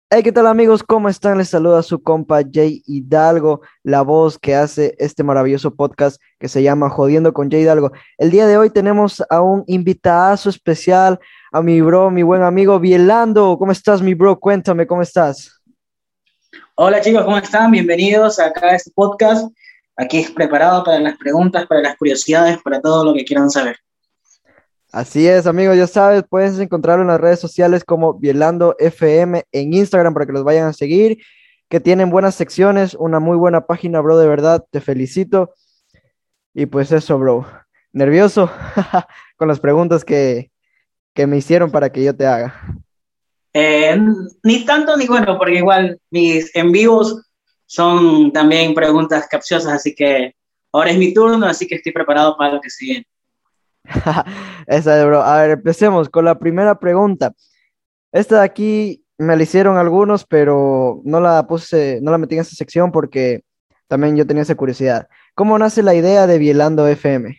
Hey, ¿qué tal amigos? ¿Cómo están? Les saluda su compa Jay Hidalgo, la voz que hace este maravilloso podcast que se llama Jodiendo con Jay Hidalgo. El día de hoy tenemos a un invitadazo especial, a mi bro, mi buen amigo Bielando. ¿Cómo estás, mi bro? Cuéntame, ¿cómo estás? Hola chicos, ¿cómo están? Bienvenidos acá a este podcast. Aquí es preparado para las preguntas, para las curiosidades, para todo lo que quieran saber. Así es, amigos, ya sabes, puedes encontrarlo en las redes sociales como Bielando FM en Instagram para que los vayan a seguir, que tienen buenas secciones, una muy buena página, bro, de verdad, te felicito. Y pues eso, bro. Nervioso con las preguntas que me hicieron para que yo te haga. Eh, Ni tanto ni bueno, porque igual mis en vivos son también preguntas capciosas, así que ahora es mi turno, así que estoy preparado para lo que sigue. Esa de bro. A ver, empecemos con la primera pregunta. Esta de aquí me la hicieron algunos, pero no la puse, no la metí en esta sección porque también yo tenía esa curiosidad. ¿Cómo nace la idea de Bielando FM?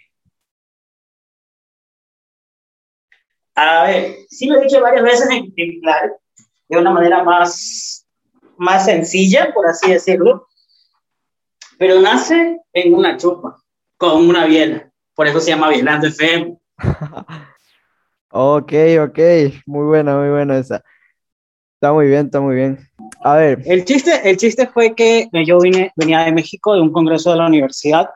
A ver, sí lo he dicho varias veces en claro, de una manera más sencilla, por así decirlo, pero nace en una chupa, con una biela. Por eso se llama Bielando FM. Ok, ok. Muy buena esa. Está muy bien, está muy bien. A ver. El chiste fue que yo venía de México, de un congreso de la universidad,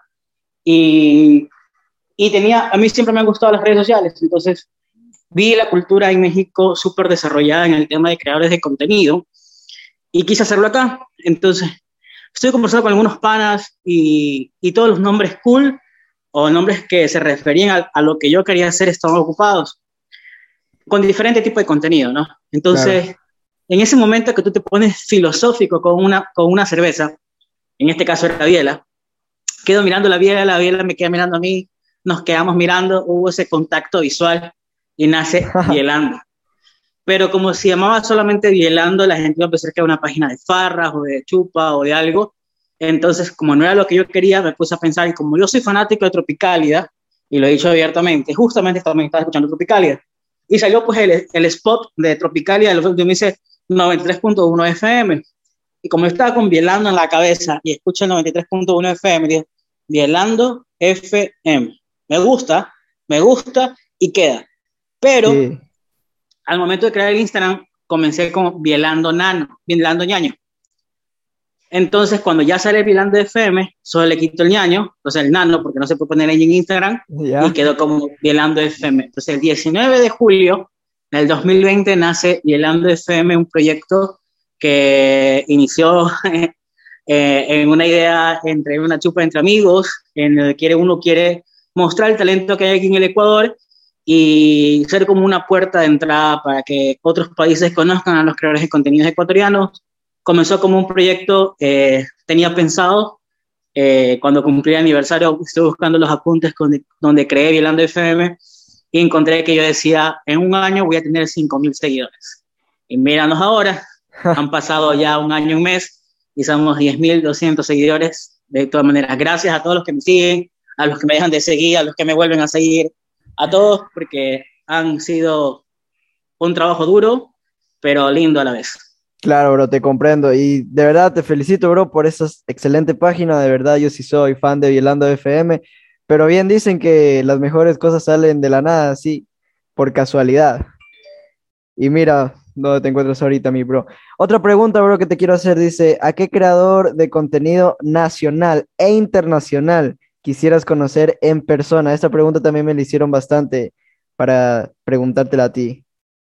y, a mí siempre me han gustado las redes sociales, entonces vi la cultura en México súper desarrollada en el tema de creadores de contenido, y quise hacerlo acá. Entonces, estoy conversando con algunos panas, y todos los nombres cool, o nombres que se referían a lo que yo quería hacer, estaban ocupados, con diferente tipo de contenido, ¿no? Claro. Entonces, en ese momento que tú te pones filosófico con una cerveza, en este caso era biela, quedo mirando la biela me queda mirando a mí, nos quedamos mirando, hubo ese contacto visual y nace Bielando. Pero como se llamaba solamente Bielando, la gente iba a pensar que era una página de farras o de chupa o de algo. Entonces, como no era lo que yo quería, me puse a pensar, y como yo soy fanático de Tropicálida, y lo he dicho abiertamente, justamente también estaba escuchando Tropicálida, y salió pues el spot de Tropicálida, lo que me dice 93.1 FM, y como yo estaba con Bielando en la cabeza y escucho el 93.1 FM, dije, Bielando FM. Me gusta y queda. Pero Sí. al momento de crear el Instagram, comencé con Bielando Nano, Bielando Ñaño. Entonces, cuando ya sale Bielando FM, solo le quito el ñaño, o sea, el nano, porque no se puede poner ahí en Instagram, y Ya. quedó como Bielando FM. Entonces, el 19 de julio del 2020 nace Bielando FM, un proyecto que inició en una idea entre una chupa entre amigos, en el que uno quiere mostrar el talento que hay aquí en el Ecuador y ser como una puerta de entrada para que otros países conozcan a los creadores de contenidos ecuatorianos. Comenzó como un proyecto, tenía pensado, cuando cumplí el aniversario, estuve buscando los apuntes donde creé Bielando FM y encontré que yo decía, en un año voy a tener 5.000 seguidores. Y míranos ahora, han pasado ya un año y un mes y somos 10.200 seguidores. De todas maneras, gracias a todos los que me siguen, a los que me dejan de seguir, a los que me vuelven a seguir, a todos, porque han sido un trabajo duro, pero lindo a la vez. Claro, bro, te comprendo. Y de verdad te felicito, bro, por esa excelente página. De verdad, yo sí soy fan de Bielando FM. Pero bien dicen que las mejores cosas salen de la nada, así, por casualidad. Y mira dónde te encuentras ahorita, mi bro. Otra pregunta, bro, que te quiero hacer, dice, ¿a qué creador de contenido nacional e internacional quisieras conocer en persona? Esta pregunta también me la hicieron bastante para preguntártela a ti.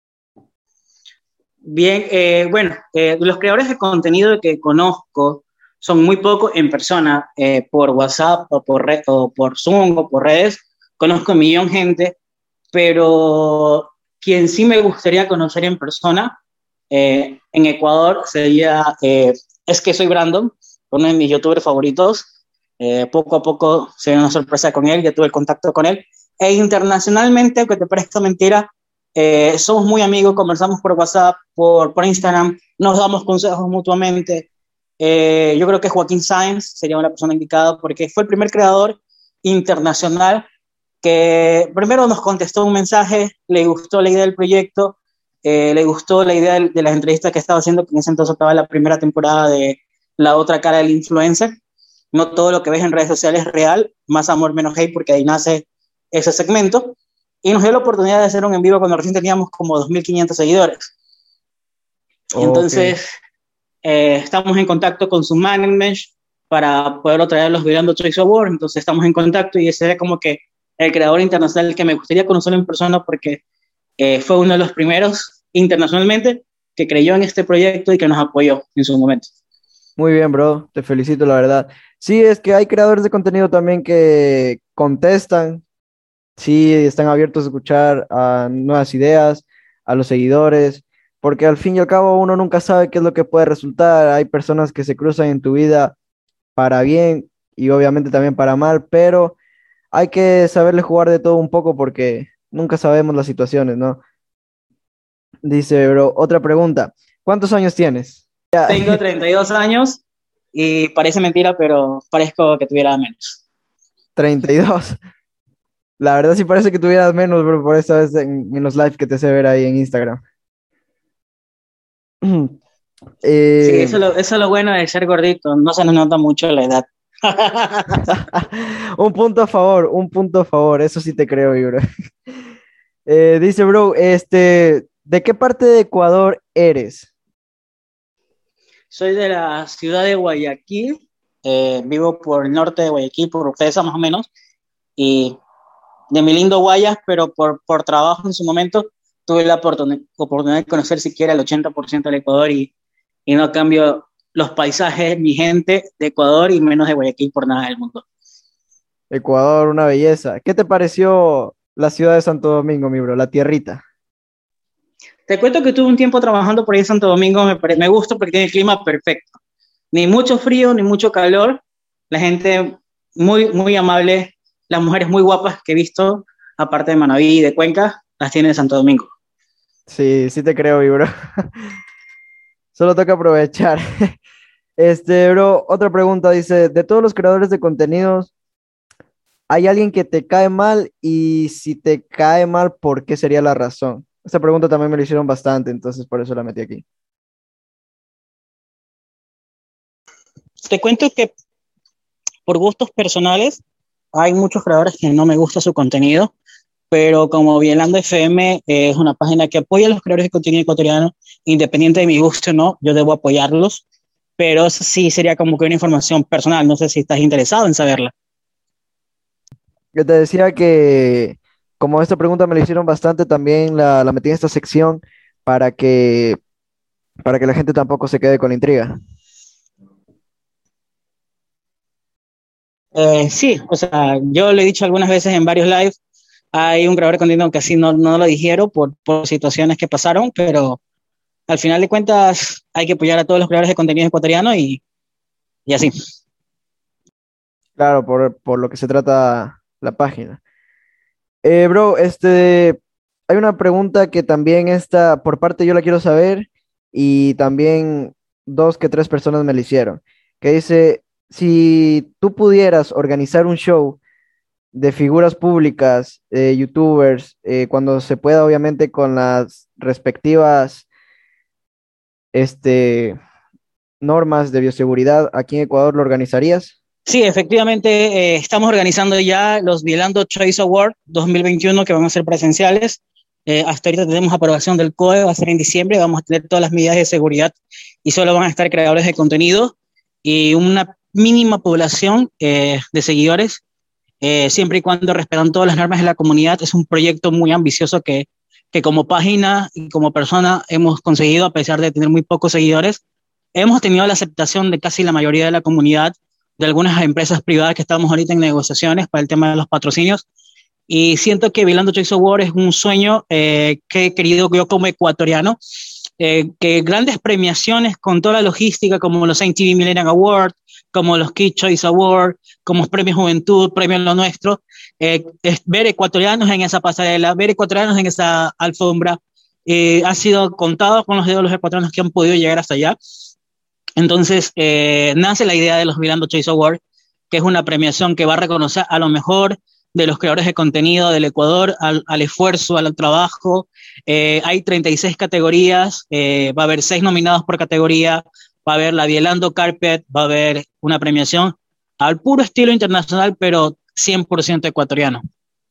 Bien, bueno, los creadores de contenido que conozco son muy pocos en persona, por WhatsApp o por Zoom o por redes. Conozco un millón de gente, pero quien sí me gustaría conocer en persona en Ecuador sería, es que soy Brandon, uno de mis youtubers favoritos. Poco a poco se ve una sorpresa con él, ya tuve el contacto con él. E internacionalmente, aunque te parezca mentira, somos muy amigos, conversamos por WhatsApp, por Instagram, nos damos consejos mutuamente. Yo creo que Joaquín Sáenz sería una persona indicada porque fue el primer creador internacional que primero nos contestó un mensaje, le gustó la idea del proyecto le gustó la idea de las entrevistas que estaba haciendo, que en ese entonces estaba la primera temporada de La otra cara del influencer. No todo lo que ves en redes sociales es real, más amor, menos hate, porque ahí nace ese segmento. Y nos dio la oportunidad de hacer un en vivo cuando recién teníamos como 2.500 seguidores. Ok. Entonces, estamos en contacto con su management para poderlo traer a los Virando Choice Awards. Entonces, estamos en contacto y ese es como que el creador internacional que me gustaría conocerlo en persona porque fue uno de los primeros internacionalmente que creyó en este proyecto y que nos apoyó en su momento. Muy bien, bro, te felicito, la verdad. Sí, es que hay creadores de contenido también que contestan, sí, están abiertos a escuchar a nuevas ideas, a los seguidores, porque al fin y al cabo uno nunca sabe qué es lo que puede resultar. Hay personas que se cruzan en tu vida para bien y obviamente también para mal, pero hay que saberle jugar de todo un poco porque nunca sabemos las situaciones, ¿no? Dice, bro, otra pregunta. ¿Cuántos años tienes? Ya, Tengo 32 años y parece mentira, pero parezco que tuviera menos. 32. La verdad sí parece que tuvieras menos, bro, por esta vez en los lives que te sé ver ahí en Instagram. Sí, Eh, eso es lo bueno de ser gordito, no se nos nota mucho la edad. un punto a favor, eso sí te creo, bro. Dice, bro, ¿de qué parte de Ecuador eres? Soy de la ciudad de Guayaquil, vivo por el norte de Guayaquil, por Urbesa más o menos, y de mi lindo Guayas, pero por trabajo en su momento tuve la oportunidad de conocer siquiera el 80% del Ecuador y no cambio los paisajes, mi gente de Ecuador y menos de Guayaquil por nada del mundo. Ecuador, una belleza. ¿Qué te pareció la ciudad de Santo Domingo, mi bro? La tierrita. Te cuento que tuve un tiempo trabajando por ahí en Santo Domingo, me gusta porque tiene el clima perfecto. Ni mucho frío, ni mucho calor. La gente muy, muy amable, las mujeres muy guapas que he visto, aparte de Manaví y de Cuenca, las tiene en Santo Domingo. Sí, sí te creo, mi bro. Solo toca aprovechar. Bro, otra pregunta dice, de todos los creadores de contenidos, ¿hay alguien que te cae mal? Y si te cae mal, ¿por qué sería la razón? Esta pregunta también me la hicieron bastante, entonces por eso la metí aquí. Te cuento que por gustos personales hay muchos creadores que no me gusta su contenido, pero como Bielando FM es una página que apoya a los creadores de contenido ecuatoriano, independiente de mi gusto o no, yo debo apoyarlos, pero eso sí sería como que una información personal, no sé si estás interesado en saberla. Yo te decía que como esta pregunta me la hicieron bastante, también la metí en esta sección para que, para que la gente tampoco se quede con la intriga. Sí, o sea, yo lo he dicho algunas veces en varios lives, hay un creador de contenido que así no lo dijeron por situaciones que pasaron, pero al final de cuentas hay que apoyar a todos los creadores de contenido ecuatorianos y así. Claro, por lo que se trata la página. Bro, hay una pregunta que también está por parte yo la quiero saber y también dos que tres personas me la hicieron, que dice, si tú pudieras organizar un show de figuras públicas, youtubers, cuando se pueda, obviamente, con las respectivas, este, normas de bioseguridad, aquí en Ecuador, ¿lo organizarías? Sí, efectivamente, estamos organizando ya los Bielando Choice Award 2021 que van a ser presenciales. Hasta ahorita tenemos aprobación del COE, va a ser en diciembre, vamos a tener todas las medidas de seguridad y solo van a estar creadores de contenido y una mínima población de seguidores, siempre y cuando respetan todas las normas de la comunidad. Es un proyecto muy ambicioso que como página y como persona hemos conseguido, a pesar de tener muy pocos seguidores. Hemos tenido la aceptación de casi la mayoría de la comunidad, de algunas empresas privadas que estamos ahorita en negociaciones para el tema de los patrocinios. Y siento que Bailando Choice Award es un sueño que he querido yo como ecuatoriano, que grandes premiaciones con toda la logística, como los MTV Millennium Award, como los Kid Choice Award, como Premio Juventud, Premio Lo Nuestro, ver ecuatorianos en esa pasarela, ver ecuatorianos en esa alfombra, ha sido contado con los dedos los ecuatorianos que han podido llegar hasta allá. Entonces, nace la idea de los Mirando Choice Awards, que es una premiación que va a reconocer a lo mejor de los creadores de contenido del Ecuador al esfuerzo, al trabajo. Hay 36 categorías, va a haber 6 nominados por categoría, va a haber la Bielando Carpet, va a haber una premiación al puro estilo internacional, pero 100% ecuatoriano.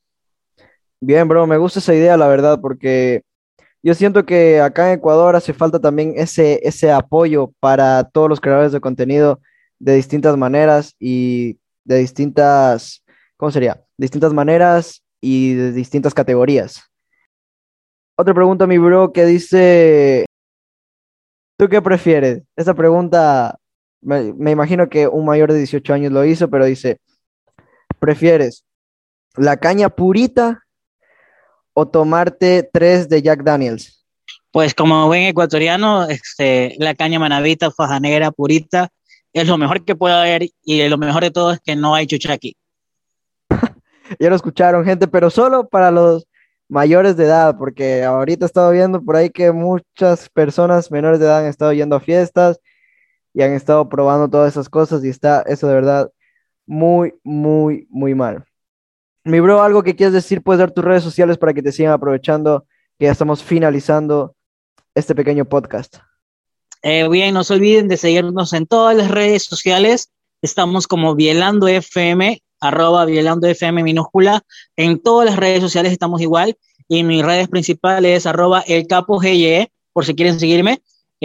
Bien, bro, me gusta esa idea, la verdad, porque yo siento que acá en Ecuador hace falta también ese apoyo para todos los creadores de contenido de distintas maneras y de distintas, ¿cómo sería? Distintas maneras y de distintas categorías. Otra pregunta, mi bro, que dice, ¿tú qué prefieres? Esta pregunta, me imagino que un mayor de 18 años lo hizo, pero dice, ¿prefieres la caña purita o tomarte 3 de Jack Daniels? Pues como buen ecuatoriano, la caña manabita, fajanera, purita, es lo mejor que puede haber y lo mejor de todo es que no hay chuchaqui. Ya lo escucharon, gente, pero solo para los mayores de edad, porque ahorita he estado viendo por ahí que muchas personas menores de edad han estado yendo a fiestas y han estado probando todas esas cosas y está eso de verdad muy, muy, muy mal. Mi bro, algo que quieras decir, puedes dar tus redes sociales para que te sigan aprovechando, que ya estamos finalizando este pequeño podcast. Bien, no se olviden de seguirnos en todas las redes sociales. Estamos como Bielando FM, @Bielando FM minúscula. En todas las redes sociales estamos igual. Y mis redes principales @elcapoGye, por si quieren seguirme.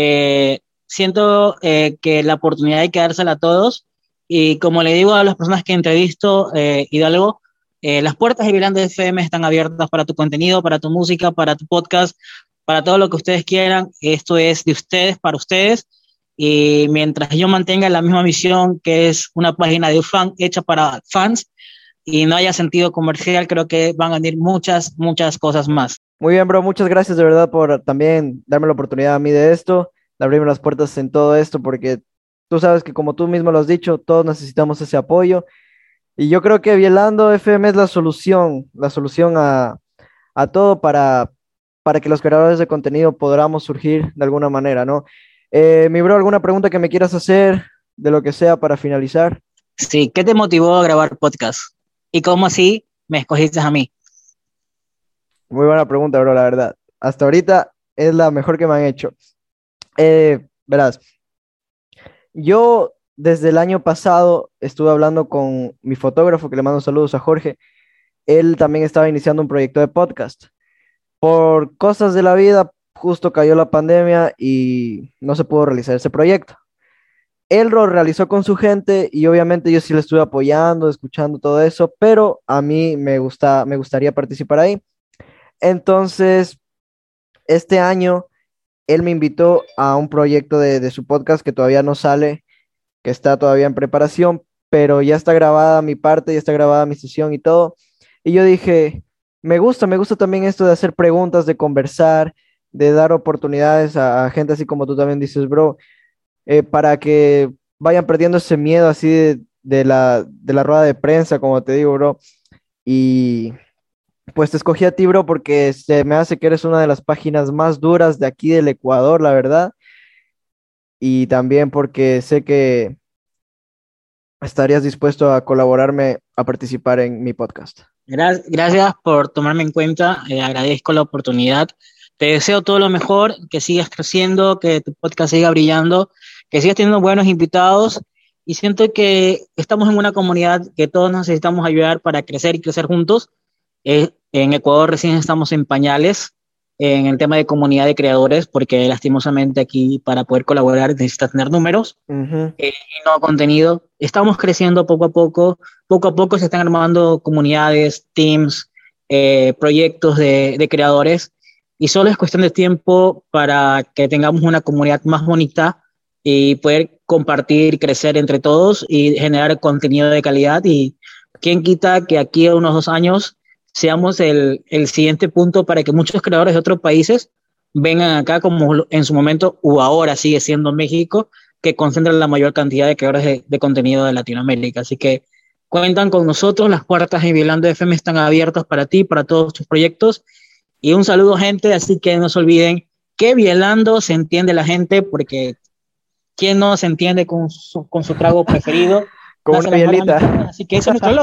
Siento que la oportunidad hay que dársela a todos. Y como le digo a las personas que entrevisto, Hidalgo, las puertas de Bielando FM están abiertas para tu contenido, para tu música, para tu podcast, para todo lo que ustedes quieran. Esto es de ustedes, para ustedes. Y mientras yo mantenga la misma misión, que es una página de fan hecha para fans, y no haya sentido comercial, creo que van a venir muchas, muchas cosas más. Muy bien, bro, muchas gracias de verdad por también darme la oportunidad a mí de esto, de abrirme las puertas en todo esto, porque tú sabes que como tú mismo lo has dicho, todos necesitamos ese apoyo. Y yo creo que Bielando FM es la solución a todo para que los creadores de contenido podamos surgir de alguna manera, ¿no? Mi bro, ¿alguna pregunta que me quieras hacer de lo que sea para finalizar? Sí, ¿qué te motivó a grabar podcast? ¿Y cómo así me escogiste a mí? Muy buena pregunta, bro, la verdad. Hasta ahorita es la mejor que me han hecho. Verás, yo desde el año pasado estuve hablando con mi fotógrafo, que le mando saludos a Jorge. Él también estaba iniciando un proyecto de podcast. Por cosas de la vida, justo cayó la pandemia y no se pudo realizar ese proyecto. Él lo realizó con su gente y obviamente yo sí le estuve apoyando, escuchando todo eso, pero a mí me gustaría participar ahí. Entonces, este año él me invitó a un proyecto de su podcast que todavía no sale, que está todavía en preparación, pero ya está grabada mi parte, ya está grabada mi sesión y todo. Y yo dije, me gusta también esto de hacer preguntas, de conversar, de dar oportunidades a gente así como tú también dices, bro, para que vayan perdiendo ese miedo así de la rueda de prensa, como te digo, bro. Y pues te escogí a ti, bro, porque se me hace que eres una de las páginas más duras de aquí del Ecuador, la verdad. Y también porque sé que estarías dispuesto a colaborarme a participar en mi podcast. Gracias por tomarme en cuenta, agradezco la oportunidad. Te deseo todo lo mejor, que sigas creciendo, que tu podcast siga brillando, que sigas teniendo buenos invitados y siento que estamos en una comunidad que todos necesitamos ayudar para crecer y crecer juntos. En Ecuador recién estamos en pañales en el tema de comunidad de creadores porque lastimosamente aquí para poder colaborar necesitas tener números Ujú. y no contenido. Estamos creciendo poco a poco se están armando comunidades, teams, proyectos de creadores y solo es cuestión de tiempo para que tengamos una comunidad más bonita y poder compartir, crecer entre todos y generar contenido de calidad y quién quita que aquí a unos 2 años seamos el siguiente punto para que muchos creadores de otros países vengan acá como en su momento o ahora sigue siendo México que concentra la mayor cantidad de creadores de contenido de Latinoamérica. Así que cuentan con nosotros, las puertas de Bielando FM están abiertas para ti, para todos tus proyectos. Y un saludo, gente, así que no se olviden que Bielando se entiende la gente, porque ¿quién no se entiende con su trago preferido? Con una Nace la mejor bielita. amistad, así que ese es nuestro eslogan.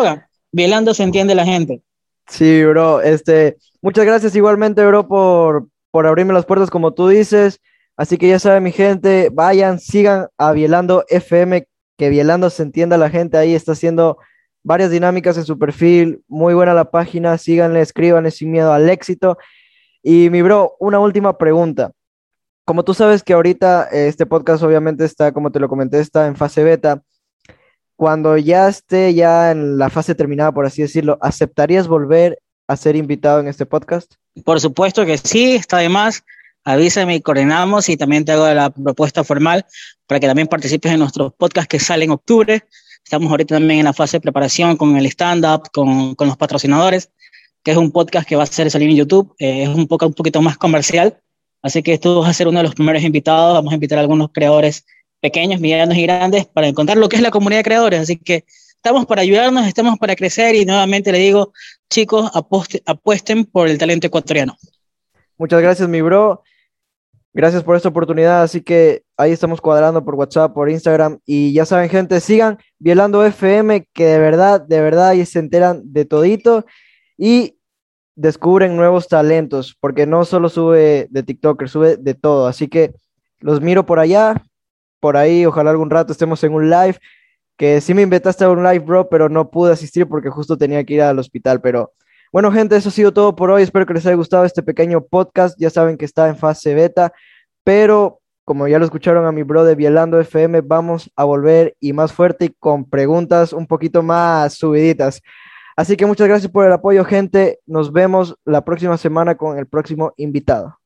Bielando se entiende la gente. Sí, bro, muchas gracias igualmente, bro, por abrirme las puertas como tú dices. Así que ya saben, mi gente, vayan, sigan a Bielando FM, que Bielando se entienda la gente. Ahí está haciendo varias dinámicas en su perfil. Muy buena la página. Síganle, escríbanle sin miedo al éxito. Y mi bro, una última pregunta. Como tú sabes que ahorita este podcast obviamente está, como te lo comenté, está en fase beta. Cuando ya esté ya en la fase terminada, por así decirlo, ¿aceptarías volver a ser invitado en este podcast? Por supuesto que sí, está de más. Avísame y coordinamos y también te hago la propuesta formal para que también participes en nuestros podcasts que salen en octubre. Estamos ahorita también en la fase de preparación con el stand-up, con los patrocinadores, que es un podcast que va a ser salir en YouTube. Es un poquito más comercial, así que tú vas a ser uno de los primeros invitados. Vamos a invitar a algunos creadores pequeños, medianos y grandes para encontrar lo que es la comunidad de creadores. Así que estamos para ayudarnos, estamos para crecer y nuevamente le digo, chicos, apuesten por el talento ecuatoriano. Muchas gracias, mi bro. Gracias por esta oportunidad. Así que ahí estamos cuadrando por WhatsApp, por Instagram. Y ya saben, gente, sigan Violando FM, que de verdad, ahí se enteran de todito y descubren nuevos talentos, porque no solo sube de TikToker, sube de todo. Así que los miro por allá, por ahí, ojalá algún rato estemos en un live, que sí me invitaste a un live, bro, pero no pude asistir porque justo tenía que ir al hospital. Pero bueno, gente, eso ha sido todo por hoy. Espero que les haya gustado este pequeño podcast. Ya saben que está en fase beta, pero como ya lo escucharon a mi bro de Bielando FM, vamos a volver y más fuerte y con preguntas un poquito más subiditas. Así que muchas gracias por el apoyo, gente. Nos vemos la próxima semana con el próximo invitado.